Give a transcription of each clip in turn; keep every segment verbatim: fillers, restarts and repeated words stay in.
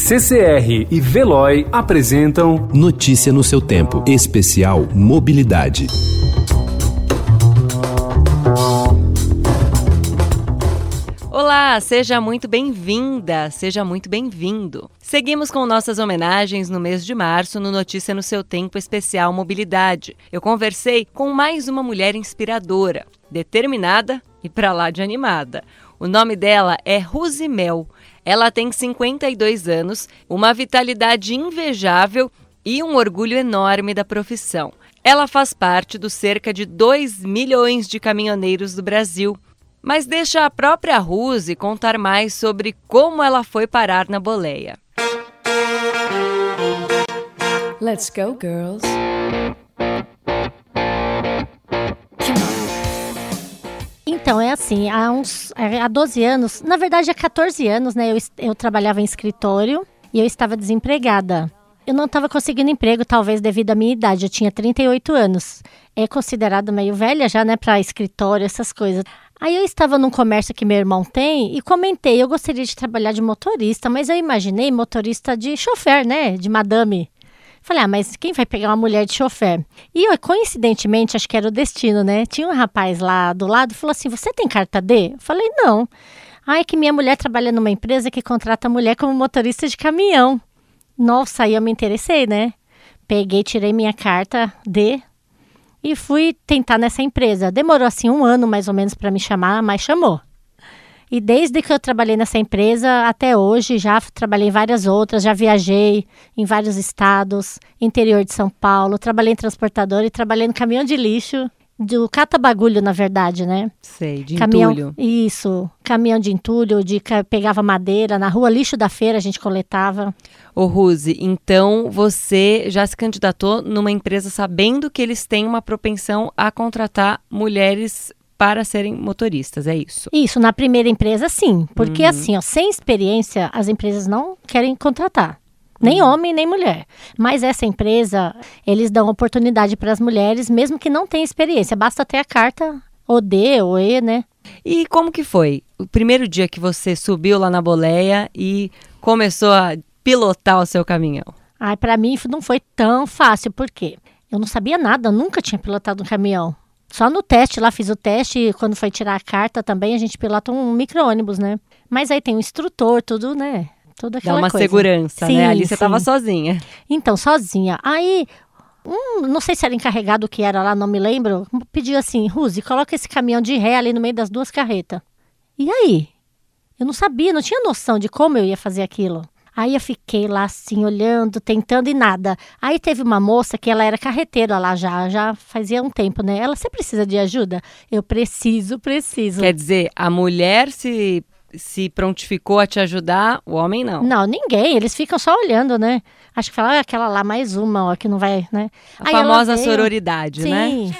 C C R e Veloy apresentam Notícia no seu tempo, especial Mobilidade. Olá, seja muito bem-vinda, seja muito bem-vindo. Seguimos com nossas homenagens no mês de março no Notícia no seu Tempo especial Mobilidade. Eu conversei com mais uma mulher inspiradora, determinada e pra lá de animada. O nome dela é Ruzi Mel. Ela tem cinquenta e dois anos, uma vitalidade invejável e um orgulho enorme da profissão. Ela faz parte dos cerca de dois milhões de caminhoneiros do Brasil. Mas deixa a própria Ruzi contar mais sobre como ela foi parar na boleia. Let's go, girls. Então, é assim, há, uns, há doze anos, na verdade há catorze anos, né, eu, eu trabalhava em escritório e eu estava desempregada. Eu não estava conseguindo emprego, talvez devido à minha idade, eu tinha trinta e oito anos. É considerado meio velha já, né, para escritório, essas coisas. Aí eu estava num comércio que meu irmão tem e comentei, eu gostaria de trabalhar de motorista, mas eu imaginei motorista de chofer, né, de madame. Falei, ah, mas quem vai pegar uma mulher de chofer? E eu, coincidentemente, acho que era o destino, né? Tinha um rapaz lá do lado e falou assim, você tem carta D? Eu falei, não. Ah, é que minha mulher trabalha numa empresa que contrata mulher como motorista de caminhão. Nossa, aí eu me interessei, né? Peguei, tirei minha carta D e fui tentar nessa empresa. Demorou assim um ano mais ou menos para me chamar, mas chamou. E desde que eu trabalhei nessa empresa até hoje, já trabalhei em várias outras, já viajei em vários estados, interior de São Paulo, trabalhei em transportador e trabalhei no caminhão de lixo, do cata-bagulho, na verdade, né? Sei, de caminhão, entulho. Isso, caminhão de entulho, de pegava madeira, na rua lixo da feira a gente coletava. Ô Ruzi, então você já se candidatou numa empresa sabendo que eles têm uma propensão a contratar mulheres para serem motoristas, é isso? Isso, na primeira empresa sim, porque Uhum. assim, ó, sem experiência as empresas não querem contratar. Nem Uhum. homem, nem mulher. Mas essa empresa, eles dão oportunidade para as mulheres, mesmo que não tenham experiência. Basta ter a carta, ou D, ou E, né? E como que foi? O primeiro dia que você subiu lá na boleia e começou a pilotar o seu caminhão? Ai, para mim não foi tão fácil, por quê? Eu não sabia nada, eu nunca tinha pilotado um caminhão. Só no teste, lá fiz o teste e quando foi tirar a carta também, a gente pilota um micro-ônibus, né? Mas aí tem um instrutor, tudo, né? Toda aquela Dá uma coisa. segurança, Sim, né? Ali você sim. estava sozinha. Então, sozinha. Aí, um, não sei se era encarregado que era lá, não me lembro, pediu assim, Ruzi, coloca esse caminhão de ré ali no meio das duas carretas. E aí? Eu não sabia, não tinha noção de como eu ia fazer aquilo. Aí eu fiquei lá assim, olhando, tentando e nada. Aí teve uma moça que ela era carreteira lá já, já fazia um tempo, né? Ela, você precisa de ajuda? Eu preciso, preciso. Quer dizer, a mulher se, se prontificou a te ajudar, o homem não. Não, ninguém, eles ficam só olhando, né? Acho que fala, ah, aquela lá, mais uma, ó, que não vai, né? A Aí ela famosa veio, sororidade, sim, né? Sim.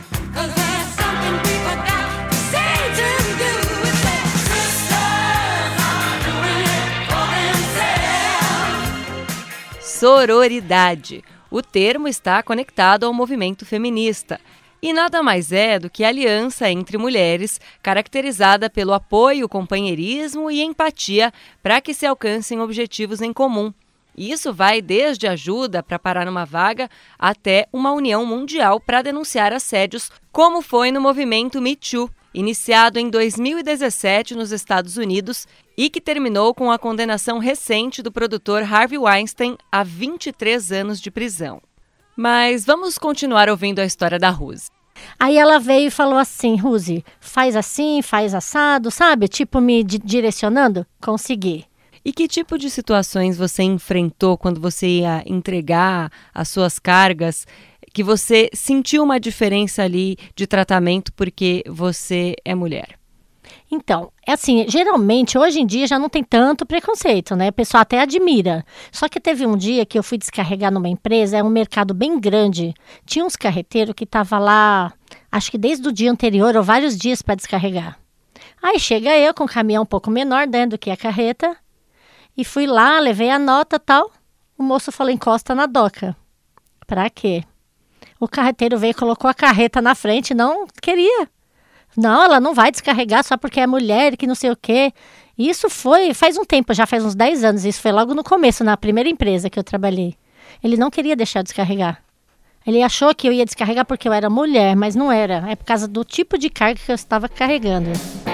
Sororidade. O termo está conectado ao movimento feminista e nada mais é do que a aliança entre mulheres caracterizada pelo apoio, companheirismo e empatia para que se alcancem objetivos em comum. Isso vai desde ajuda para parar numa vaga até uma união mundial para denunciar assédios, como foi no movimento Me Too, iniciado em dois mil e dezessete nos Estados Unidos e que terminou com a condenação recente do produtor Harvey Weinstein a vinte e três anos de prisão. Mas vamos continuar ouvindo a história da Ruzi. Aí ela veio e falou assim, Ruzi, faz assim, faz assado, sabe? Tipo me di- direcionando. Consegui. E que tipo de situações você enfrentou quando você ia entregar as suas cargas, que você sentiu uma diferença ali de tratamento porque você é mulher? Então, é assim, geralmente, hoje em dia já não tem tanto preconceito, né? O pessoal até admira. Só que teve um dia que eu fui descarregar numa empresa, é um mercado bem grande. Tinha uns carreteiros que estavam lá, acho que desde o dia anterior, ou vários dias para descarregar. Aí chega eu com um caminhão um pouco menor, né, do que a carreta, e fui lá, levei a nota e tal. O moço falou, encosta na doca. Pra quê? O carreteiro veio e colocou a carreta na frente, não queria. Não, ela não vai descarregar só porque é mulher, que não sei o quê. E isso foi, faz um tempo, já faz uns dez anos, isso foi logo no começo, na primeira empresa que eu trabalhei. Ele não queria deixar eu descarregar. Ele achou que eu ia descarregar porque eu era mulher, mas não era. É por causa do tipo de carga que eu estava carregando.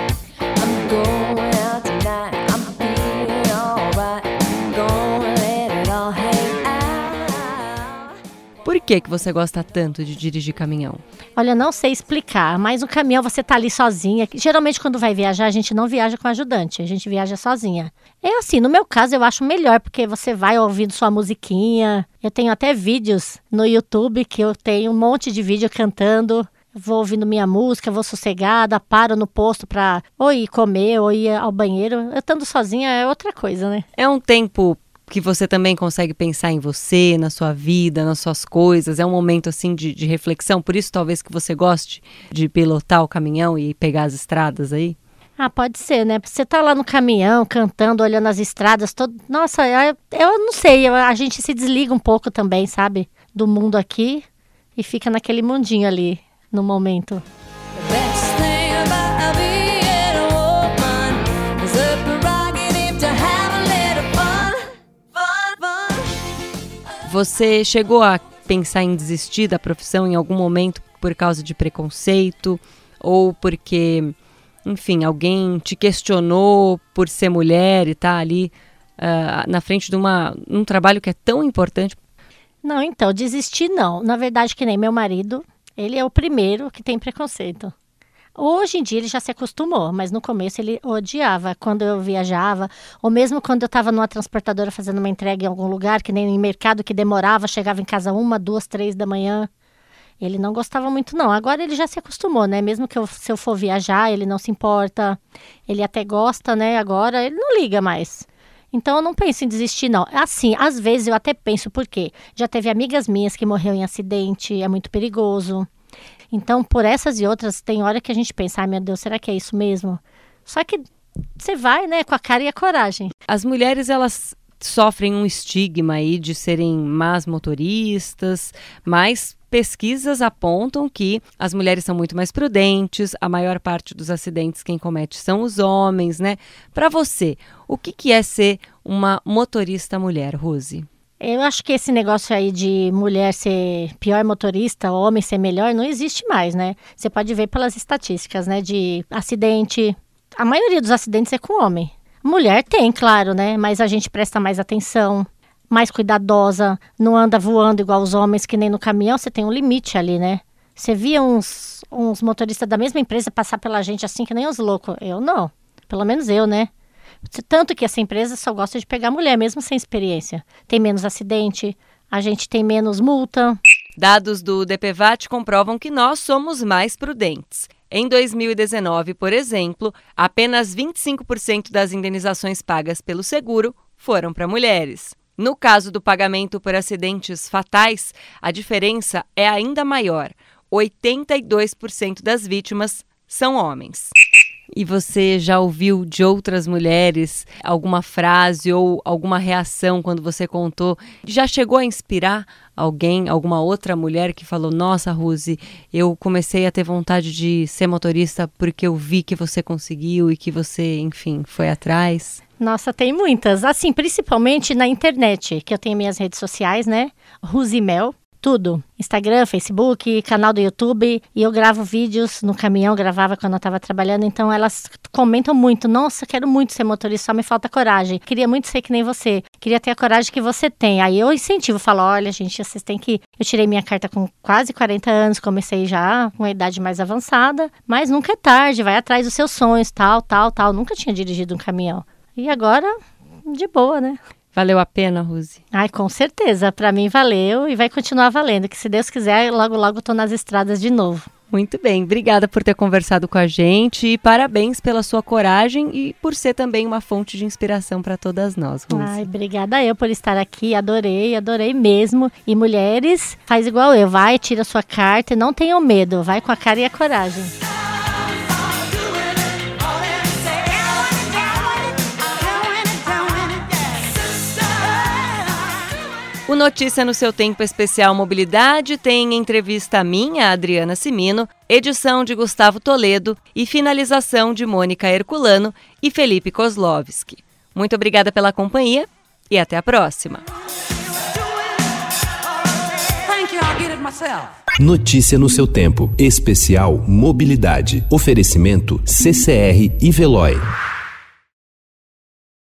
Por que que você gosta tanto de dirigir caminhão? Olha, não sei explicar, mas o caminhão você tá ali sozinha. Geralmente quando vai viajar, a gente não viaja com ajudante, a gente viaja sozinha. É assim, no meu caso eu acho melhor, porque você vai ouvindo sua musiquinha. Eu tenho até vídeos no YouTube, que eu tenho um monte de vídeo cantando. Vou ouvindo minha música, vou sossegada, paro no posto pra ou ir comer, ou ir ao banheiro. Eu estando sozinha é outra coisa, né? É um tempo que você também consegue pensar em você, na sua vida, nas suas coisas. É um momento assim de, de reflexão, por isso talvez que você goste de pilotar o caminhão e pegar as estradas aí? Ah, pode ser, né? Você tá lá no caminhão, cantando, olhando as estradas, todo... Nossa, eu, eu não sei, eu, a gente se desliga um pouco também, sabe? Do mundo aqui e fica naquele mundinho ali, no momento. Você chegou a pensar em desistir da profissão em algum momento por causa de preconceito ou porque, enfim, alguém te questionou por ser mulher e tá ali uh, na frente de uma, um trabalho que é tão importante? Não, então, desistir não. Na verdade, que nem meu marido, ele é o primeiro que tem preconceito. Hoje em dia ele já se acostumou, mas no começo ele odiava quando eu viajava, ou mesmo quando eu estava numa transportadora fazendo uma entrega em algum lugar, que nem em mercado, que demorava, chegava em casa uma, duas, três da manhã. Ele não gostava muito não, agora ele já se acostumou, né? Mesmo que eu, se eu for viajar, ele não se importa, ele até gosta, né? Agora ele não liga mais. Então eu não penso em desistir não. Assim, às vezes eu até penso, por quê? Já teve amigas minhas que morreram em acidente, é muito perigoso. Então, por essas e outras, tem hora que a gente pensa, ai meu Deus, será que é isso mesmo? Só que você vai, né, com a cara e a coragem. As mulheres, elas sofrem um estigma aí de serem más motoristas, mas pesquisas apontam que as mulheres são muito mais prudentes, a maior parte dos acidentes quem comete são os homens, né? Para você, o que, que é ser uma motorista mulher, Rose? Eu acho que esse negócio aí de mulher ser pior motorista, homem ser melhor, não existe mais, né? Você pode ver pelas estatísticas, né? De acidente. A maioria dos acidentes é com homem. Mulher tem, claro, né? Mas a gente presta mais atenção, mais cuidadosa, não anda voando igual os homens, que nem no caminhão, você tem um limite ali, né? Você via uns, uns motoristas da mesma empresa passar pela gente assim que nem os loucos. Eu não. Pelo menos eu, né? Tanto que essa empresa só gosta de pegar mulher, mesmo sem experiência. Tem menos acidente, a gente tem menos multa. Dados do D P V A T comprovam que nós somos mais prudentes. Em dois mil e dezenove, por exemplo, apenas vinte e cinco por cento das indenizações pagas pelo seguro foram para mulheres. No caso do pagamento por acidentes fatais, a diferença é ainda maior. oitenta e dois por cento das vítimas são homens. E você já ouviu de outras mulheres alguma frase ou alguma reação quando você contou? Já chegou a inspirar alguém, alguma outra mulher que falou, nossa, Rose, eu comecei a ter vontade de ser motorista porque eu vi que você conseguiu e que você, enfim, foi atrás? Nossa, tem muitas. Assim, principalmente na internet, que eu tenho minhas redes sociais, né? Rose Mel. Tudo. Instagram, Facebook, canal do YouTube. E eu gravo vídeos no caminhão, gravava quando eu estava trabalhando. Então elas comentam muito. Nossa, quero muito ser motorista, só me falta coragem. Queria muito ser que nem você. Queria ter a coragem que você tem. Aí eu incentivo, falo, olha gente, vocês têm que... Eu tirei minha carta com quase quarenta anos, comecei já com uma idade mais avançada. Mas nunca é tarde, vai atrás dos seus sonhos, tal, tal, tal. Nunca tinha dirigido um caminhão. E agora, de boa, né? Valeu a pena, Rose? Ai, com certeza. Para mim valeu e vai continuar valendo. Que se Deus quiser, logo, logo tô nas estradas de novo. Muito bem. Obrigada por ter conversado com a gente e parabéns pela sua coragem e por ser também uma fonte de inspiração para todas nós, Rose. Ai, obrigada eu por estar aqui. Adorei, adorei mesmo. E mulheres, faz igual eu. Vai, tira sua carta e não tenham medo. Vai com a cara e a coragem. O Notícia no seu Tempo Especial Mobilidade tem entrevista minha, Adriana Cimino, edição de Gustavo Toledo e finalização de Mônica Herculano e Felipe Kozlovski. Muito obrigada pela companhia e até a próxima. Notícia no seu tempo. Especial Mobilidade. Oferecimento C C R e Veloy.